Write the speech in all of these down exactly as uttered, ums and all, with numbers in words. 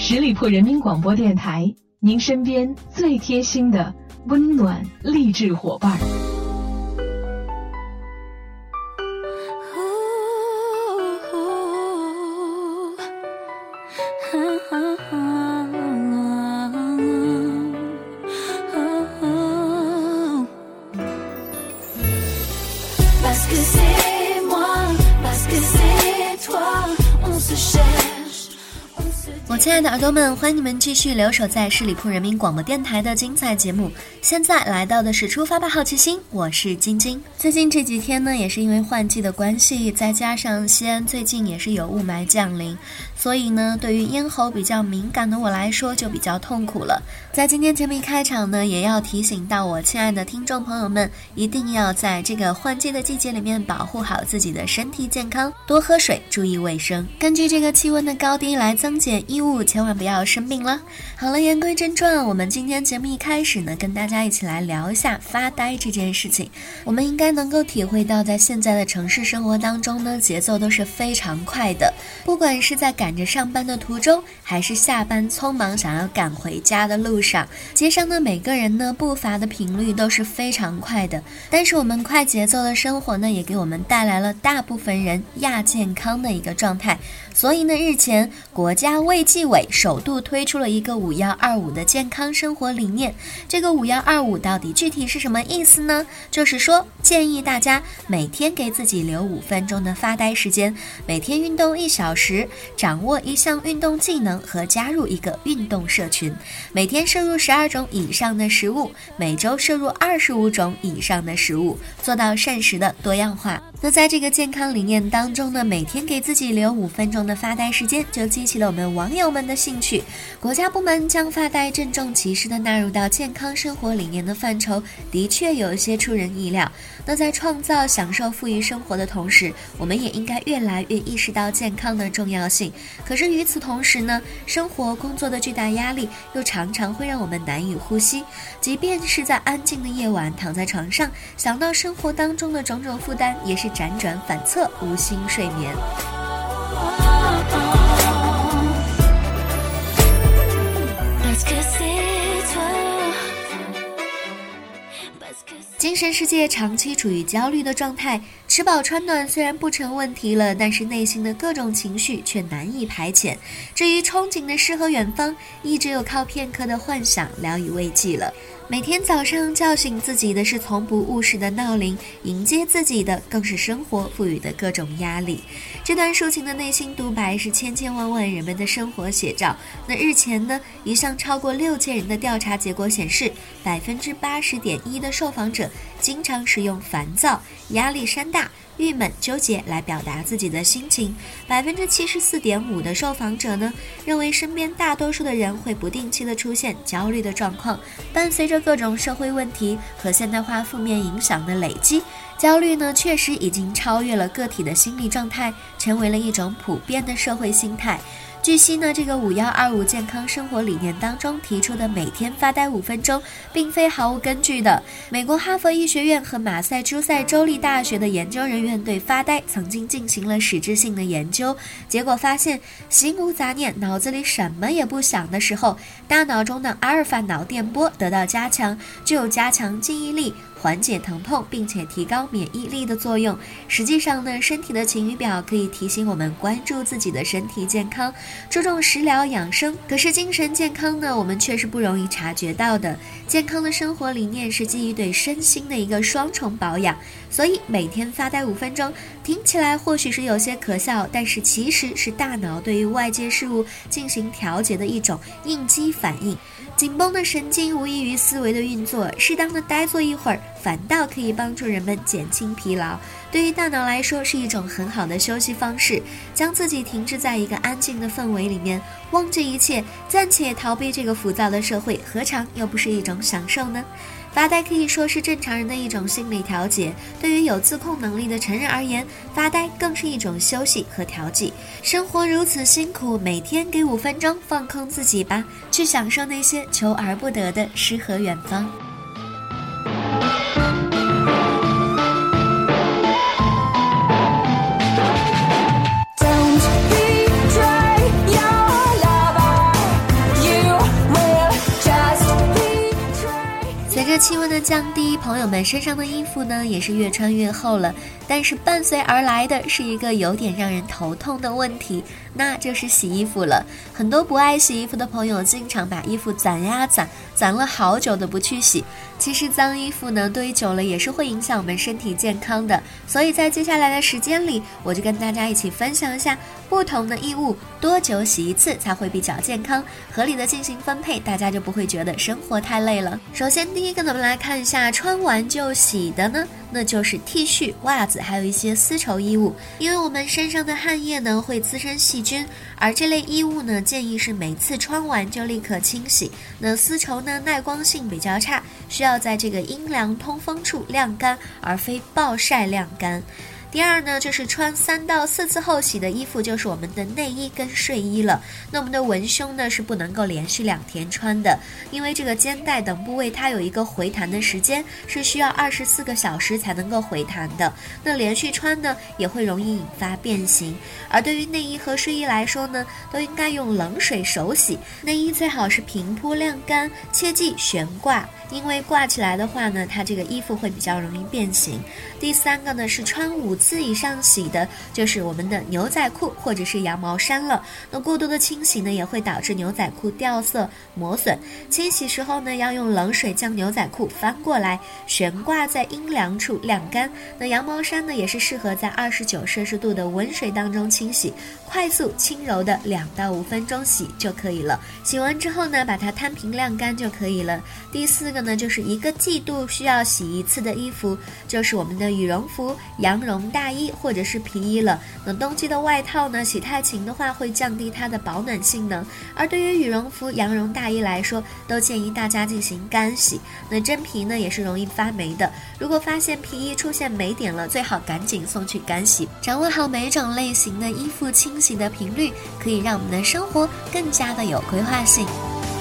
十里铺人民广播电台，您身边最贴心的温暖励志伙伴。 我亲爱的耳朵们，欢迎你们继续留守在十里铺人民广播电台的精彩节目。现在来到的是出发吧好奇心，我是晶晶。最近这几天呢，也是因为换季的关系，再加上西安最近也是有雾霾降临，所以呢，对于咽喉比较敏感的我来说就比较痛苦了。在今天节目一开场呢，也要提醒到我亲爱的听众朋友们，一定要在这个换季的季节里面保护好自己的身体健康，多喝水，注意卫生。根据这个气温的高低来增减衣物，千万不要生病了。好了，言归正传，我们今天节目一开始呢，跟大家一起来聊一下发呆这件事情。我们应该能够体会到，在现在的城市生活当中呢，节奏都是非常快的，不管是在赶着上班的途中，还是下班匆忙想要赶回家的路上，街上呢，每个人呢步伐的频率都是非常快的。但是我们快节奏的生活呢，也给我们带来了大部分人亚健康的一个状态。所以呢，日前国家卫计委首度推出了一个五幺二五的健康生活理念。这个五幺二五到底具体是什么意思呢？就是说，建议大家每天给自己留五分钟的发呆时间，每天运动一小时，掌握一项运动技能和加入一个运动社群，每天摄入十二种以上的食物，每周摄入二十五种以上的食物，做到膳食的多样化。那在这个健康理念当中呢，每天给自己留五分钟的发呆时间，就激起了我们网友们的兴趣。国家部门将发呆郑重其事地纳入到健康生活理念的范畴，的确有一些出人意料。那在创造享受富裕生活的同时，我们也应该越来越意识到健康的重要性。可是与此同时呢，生活工作的巨大压力又常常会让我们难以呼吸，即便是在安静的夜晚躺在床上，想到生活当中的种种负担，也是辗转反侧，无心睡眠。精神世界长期处于焦虑的状态，吃饱穿暖虽然不成问题了，但是内心的各种情绪却难以排遣。至于憧憬的诗和远方，亦只有靠片刻的幻想聊以慰藉了。每天早上叫醒自己的是从不误事的闹铃，迎接自己的更是生活赋予的各种压力。这段抒情的内心独白是千千万万人们的生活写照。那日前呢，一项超过六千人的调查结果显示，百分之八十点一的受访者经常使用烦躁、压力山大、郁闷、纠结来表达自己的心情。百分之七十四点五的受访者呢，认为身边大多数的人会不定期的出现焦虑的状况。伴随着各种社会问题和现代化负面影响的累积，焦虑呢确实已经超越了个体的心理状态，成为了一种普遍的社会心态。据悉呢，这个五幺二五健康生活理念当中提出的每天发呆五分钟，并非毫无根据的。美国哈佛医学院和马赛诸塞州立大学的研究人员对发呆曾经进行了实质性的研究，结果发现，心无杂念，脑子里什么也不想的时候，大脑中的阿尔法脑电波得到加强，具有加强记忆力、缓解疼痛并且提高免疫力的作用。实际上呢，身体的晴雨表可以提醒我们关注自己的身体健康，注重食疗养生。可是精神健康呢，我们却是不容易察觉到的。健康的生活理念是基于对身心的一个双重保养，所以每天发呆五分钟，听起来或许是有些可笑，但是其实是大脑对于外界事物进行调节的一种应激反应。紧绷的神经无异于思维的运作，适当的呆坐一会儿，反倒可以帮助人们减轻疲劳。对于大脑来说是一种很好的休息方式，将自己停滞在一个安静的氛围里面，忘记一切，暂且逃避这个浮躁的社会，何尝又不是一种享受呢？发呆可以说是正常人的一种心理调节，对于有自控能力的成人而言，发呆更是一种休息和调剂。生活如此辛苦，每天给五分钟放空自己吧，去享受那些求而不得的诗和远方。 气温的降低，朋友们身上的衣服呢也是越穿越厚了，但是伴随而来的是一个有点让人头痛的问题，那就是洗衣服了。很多不爱洗衣服的朋友经常把衣服攒呀攒，攒了好久都不去洗。其实脏衣服呢堆久了也是会影响我们身体健康的，所以在接下来的时间里，我就跟大家一起分享一下不同的衣物多久洗一次才会比较健康，合理的进行分配，大家就不会觉得生活太累了。首先第一个呢，我们来看一下穿完就洗的呢，那就是 T 恤、袜子，还有一些丝绸衣物。因为我们身上的汗液呢会滋生细菌，而这类衣物呢建议是每次穿完就立刻清洗。那丝绸呢耐光性比较差，需要在这个阴凉通风处晾干，而非暴晒晾干。第二呢，就是穿三到四次后洗的衣服，就是我们的内衣跟睡衣了。那我们的文胸呢是不能够连续两天穿的，因为这个肩带等部位它有一个回弹的时间，是需要二十四个小时才能够回弹的。那连续穿呢也会容易引发变形。而对于内衣和睡衣来说呢，都应该用冷水手洗。内衣最好是平铺晾干，切忌悬挂，因为挂起来的话呢，它这个衣服会比较容易变形。第三个呢是穿五次以上洗的，就是我们的牛仔裤或者是羊毛衫了。那过多的清洗呢也会导致牛仔裤掉色磨损，清洗时候呢要用冷水将牛仔裤翻过来，悬挂在阴凉处晾干。那羊毛衫呢也是适合在二十九摄氏度的温水当中清洗，快速轻柔的两到五分钟洗就可以了。洗完之后呢把它摊平晾干就可以了。第四个呢就是一个季度需要洗一次的衣服，就是我们的羽绒服、羊绒大衣或者是皮衣了。那冬季的外套呢洗太勤的话会降低它的保暖性能，而对于羽绒服、羊绒大衣来说，都建议大家进行干洗。那真皮呢也是容易发霉的，如果发现皮衣出现霉点了，最好赶紧送去干洗。掌握好每种类型的衣服清洗的频率，可以让我们的生活更加的有规划性。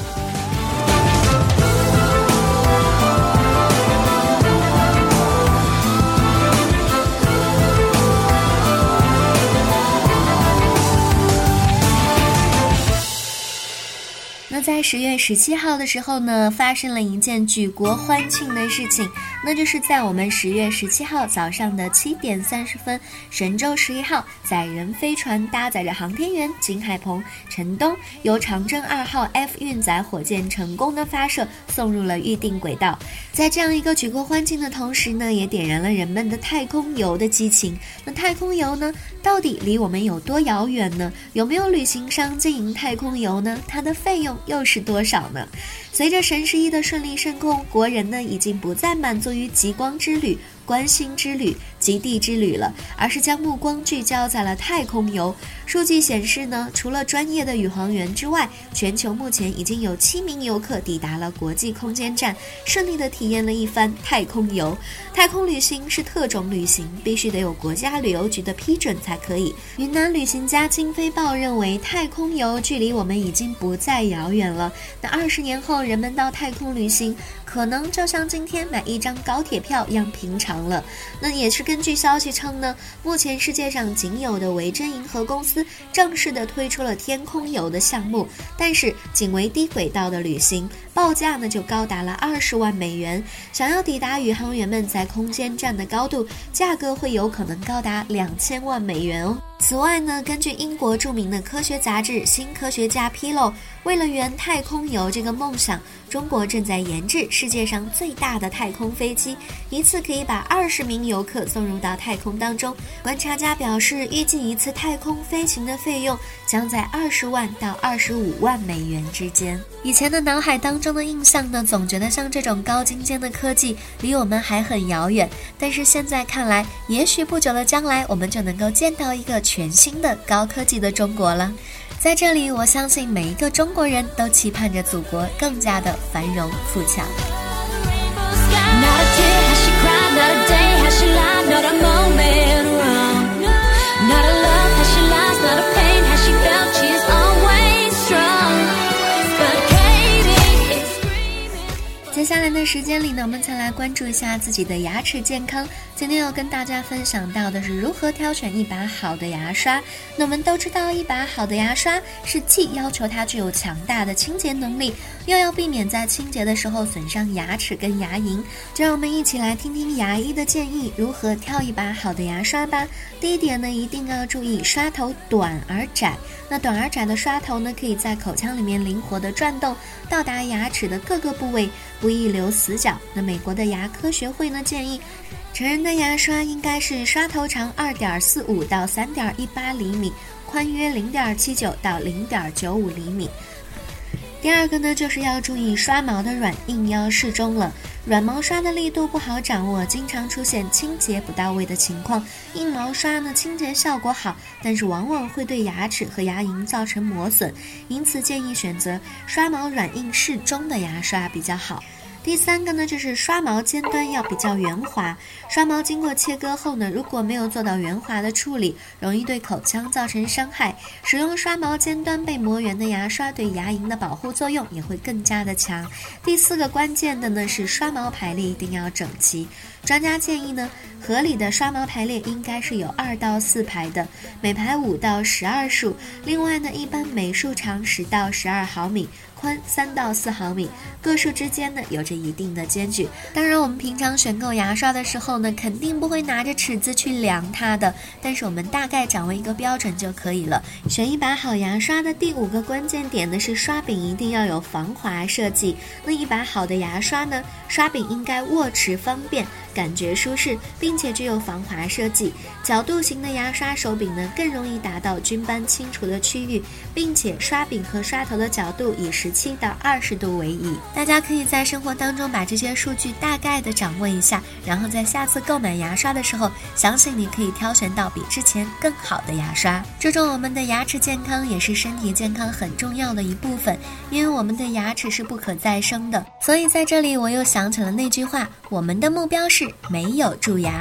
那在十月十七号的时候呢，发生了一件举国欢庆的事情，那就是在我们十月十七号早上的七点三十分，神舟十一号载人飞船搭载着航天员金海鹏、陈冬，由长征二号 F 运载火箭成功的发射，送入了预定轨道。在这样一个举国欢庆的同时呢，也点燃了人们的太空游的激情。那太空游呢，到底离我们有多遥远呢？有没有旅行商经营太空游呢？它的费用又是多少呢？随着神十一的顺利升空，国人呢已经不再满足于极光之旅、观星之旅、极地之旅了，而是将目光聚焦在了太空游。数据显示呢，除了专业的宇航员之外，全球目前已经有七名游客抵达了国际空间站，顺利的体验了一番太空游。太空旅行是特种旅行，必须得有国家旅游局的批准才可以。云南旅行家金飞豹认为，太空游距离我们已经不再遥远了。那二十年后，人们到太空旅行，可能就像今天买一张高铁票一样平常了。那也是根据消息称呢，目前世界上仅有的维珍银河公司正式的推出了天空游的项目，但是仅为低轨道的旅行，报价呢就高达了二十万美元。想要抵达宇航员们在空间站的高度，价格会有可能高达两千万美元哦。此外呢，根据英国著名的科学杂志《新科学家》披露，为了圆太空游这个梦想，中国正在研制世界上最大的太空飞机，一次可以把二十名游客送入到太空当中。观察家表示，预计一次太空飞行的费用将在二十万到二十五万美元之间。以前的脑海当中的印象呢，总觉得像这种高精尖的科技离我们还很遥远，但是现在看来，也许不久的将来，我们就能够见到一个全新的高科技的中国了。在这里，我相信每一个中国人都期盼着祖国更加的繁荣富强。接下来的时间里呢，我们再来关注一下自己的牙齿健康。今天要跟大家分享到的是如何挑选一把好的牙刷。那我们都知道，一把好的牙刷是既要求它具有强大的清洁能力，又要避免在清洁的时候损伤牙齿跟牙龈。就让我们一起来听听牙医的建议，如何挑一把好的牙刷吧。第一点呢，一定要注意刷头短而窄。那短而窄的刷头呢，可以在口腔里面灵活的转动，到达牙齿的各个部位，不易留死角。那美国的牙科学会呢建议，成人的牙刷应该是刷头长 二点四五 到 三点一八 厘米，宽约 零点七九 到 零点九五 厘米。第二个呢，就是要注意刷毛的软硬要适中了。软毛刷的力度不好掌握，经常出现清洁不到位的情况。硬毛刷呢，清洁效果好，但是往往会对牙齿和牙龈造成磨损，因此建议选择刷毛软硬适中的牙刷比较好。第三个呢，就是刷毛尖端要比较圆滑。刷毛经过切割后呢，如果没有做到圆滑的处理，容易对口腔造成伤害。使用刷毛尖端被磨圆的牙刷，对牙龈的保护作用也会更加的强。第四个关键的呢，是刷毛排列一定要整齐。专家建议呢，合理的刷毛排列应该是有二到四排的，每排五到十二束。另外呢，一般每束长十到十二毫米，宽三到四毫米，各束之间呢有着一定的间距。当然，我们平常选购牙刷的时候呢，肯定不会拿着尺子去量它的，但是我们大概掌握一个标准就可以了。选一把好牙刷的第五个关键点呢，是刷柄一定要有防滑设计。那一把好的牙刷呢，刷柄应该握持方便，感觉舒适，并且具有防滑设计。角度型的牙刷手柄呢，更容易达到均斑清除的区域，并且刷柄和刷头的角度以十七到二十度为宜。大家可以在生活当中把这些数据大概的掌握一下，然后在下次购买牙刷的时候，相信你可以挑选到比之前更好的牙刷。注重我们的牙齿健康也是身体健康很重要的一部分，因为我们的牙齿是不可再生的。所以在这里我又想起了那句话，我们的目标是没有蛀牙。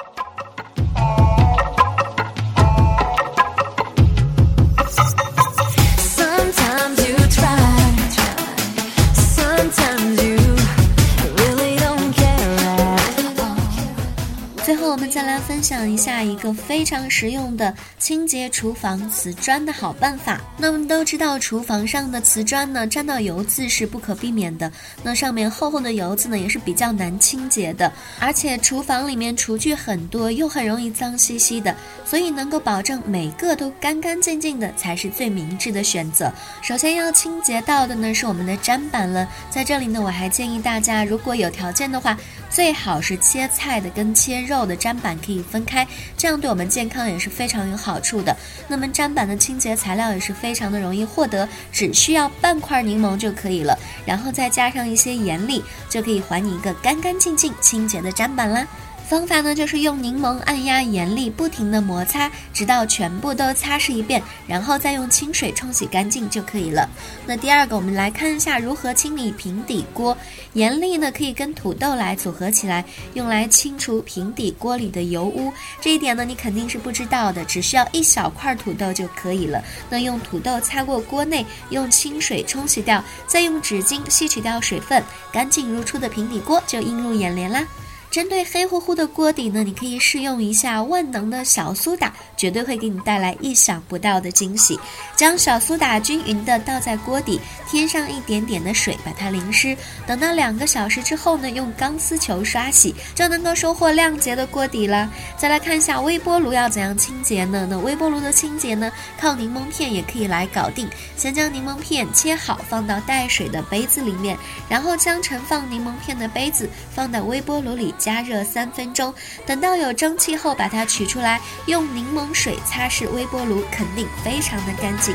最后我们再来分享一下一个非常实用的清洁厨房瓷砖的好办法。那我们都知道，厨房上的瓷砖呢，沾到油渍是不可避免的，那上面厚厚的油渍呢，也是比较难清洁的，而且厨房里面厨具很多，又很容易脏兮兮的，所以能够保证每个都干干净净的才是最明智的选择。首先要清洁到的呢，是我们的砧板了。在这里呢，我还建议大家，如果有条件的话，最好是切菜的跟切肉的砧板可以分开，这样对我们健康也是非常有好处的。那么砧板的清洁材料也是非常的容易获得，只需要半块柠檬就可以了，然后再加上一些盐粒，就可以还你一个干干净净清洁的砧板啦。方法呢，就是用柠檬按压盐粒，不停地摩擦，直到全部都擦拭一遍，然后再用清水冲洗干净就可以了。那第二个，我们来看一下如何清理平底锅。盐粒呢，可以跟土豆来组合起来，用来清除平底锅里的油污。这一点呢，你肯定是不知道的，只需要一小块土豆就可以了。那用土豆擦过锅内，用清水冲洗掉，再用纸巾吸取掉水分，干净如初的平底锅就映入眼帘啦。针对黑乎乎的锅底呢，你可以试用一下万能的小苏打，绝对会给你带来意想不到的惊喜。将小苏打均匀的倒在锅底，添上一点点的水，把它淋湿。等到两个小时之后呢，用钢丝球刷洗，就能够收获亮洁的锅底了。再来看一下微波炉要怎样清洁呢？那微波炉的清洁呢，靠柠檬片也可以来搞定。先将柠檬片切好，放到带水的杯子里面，然后将盛放柠檬片的杯子放到微波炉里加热三分钟，等到有蒸汽后把它取出来，用柠檬水擦拭微波炉，肯定非常的干净。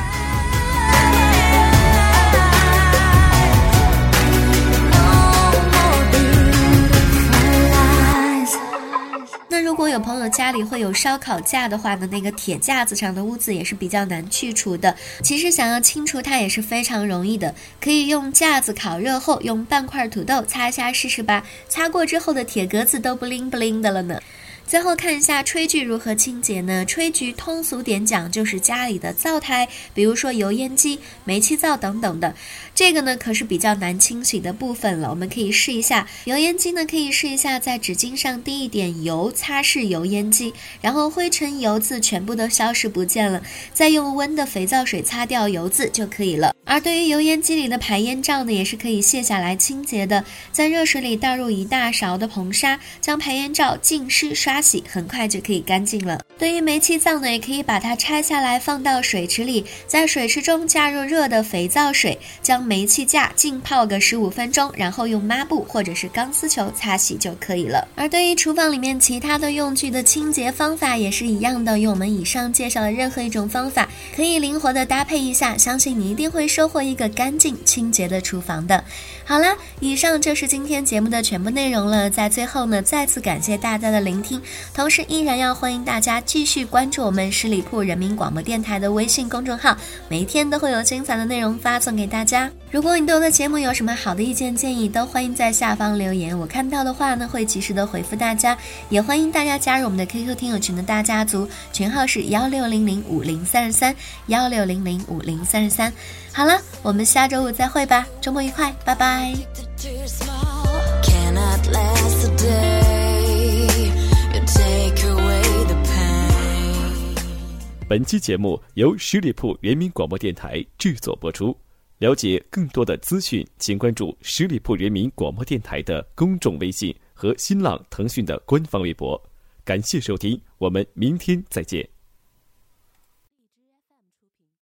那如果有朋友家里会有烧烤架的话呢，那个铁架子上的污渍也是比较难去除的。其实想要清除它也是非常容易的，可以用架子烤热后，用半块土豆擦一下试试吧，擦过之后的铁格子都不灵不灵的了呢。 最后看一下炊具如何清洁呢？炊具通俗点讲就是家里的灶台，比如说油烟机、煤气灶等等的。这个呢可是比较难清洗的部分了，我们可以试一下。油烟机呢可以试一下在纸巾上滴一点油，擦拭油烟机，然后灰尘油渍全部都消失不见了，再用温的肥皂水擦掉油渍就可以了。而对于油烟机里的排烟罩呢，也是可以卸下来清洁的，在热水里倒入一大勺的硼砂，将排烟罩浸湿刷洗，很快就可以干净了。对于煤气灶呢，也可以把它拆下来放到水池里，在水池中加入热的肥皂水，将煤气架浸泡个十五分钟，然后用抹布或者是钢丝球擦洗就可以了。而对于厨房里面其他的用具的清洁方法也是一样的，用我们以上介绍的任何一种方法可以灵活的搭配一下，相信你一定会收获一个干净清洁的厨房的。好啦，以上就是今天节目的全部内容了。在最后呢，再次感谢大家的聆听，同时依然要欢迎大家继续关注我们十里铺人民广播电台的微信公众号，每一天都会有精彩的内容发送给大家。如果你对我的节目有什么好的意见建议，都欢迎在下方留言，我看到的话呢会及时的回复大家。也欢迎大家加入我们的 Q Q 听友群的大家族，群号是幺六零零五零三三幺六零零五零三三。好了，我们下周五再会吧，周末愉快，拜拜。 本期节目由十里铺人民广播电台制作播出。了解更多的资讯，请关注十里铺人民广播电台的公众微信和新浪、腾讯的官方微博。感谢收听，我们明天再见。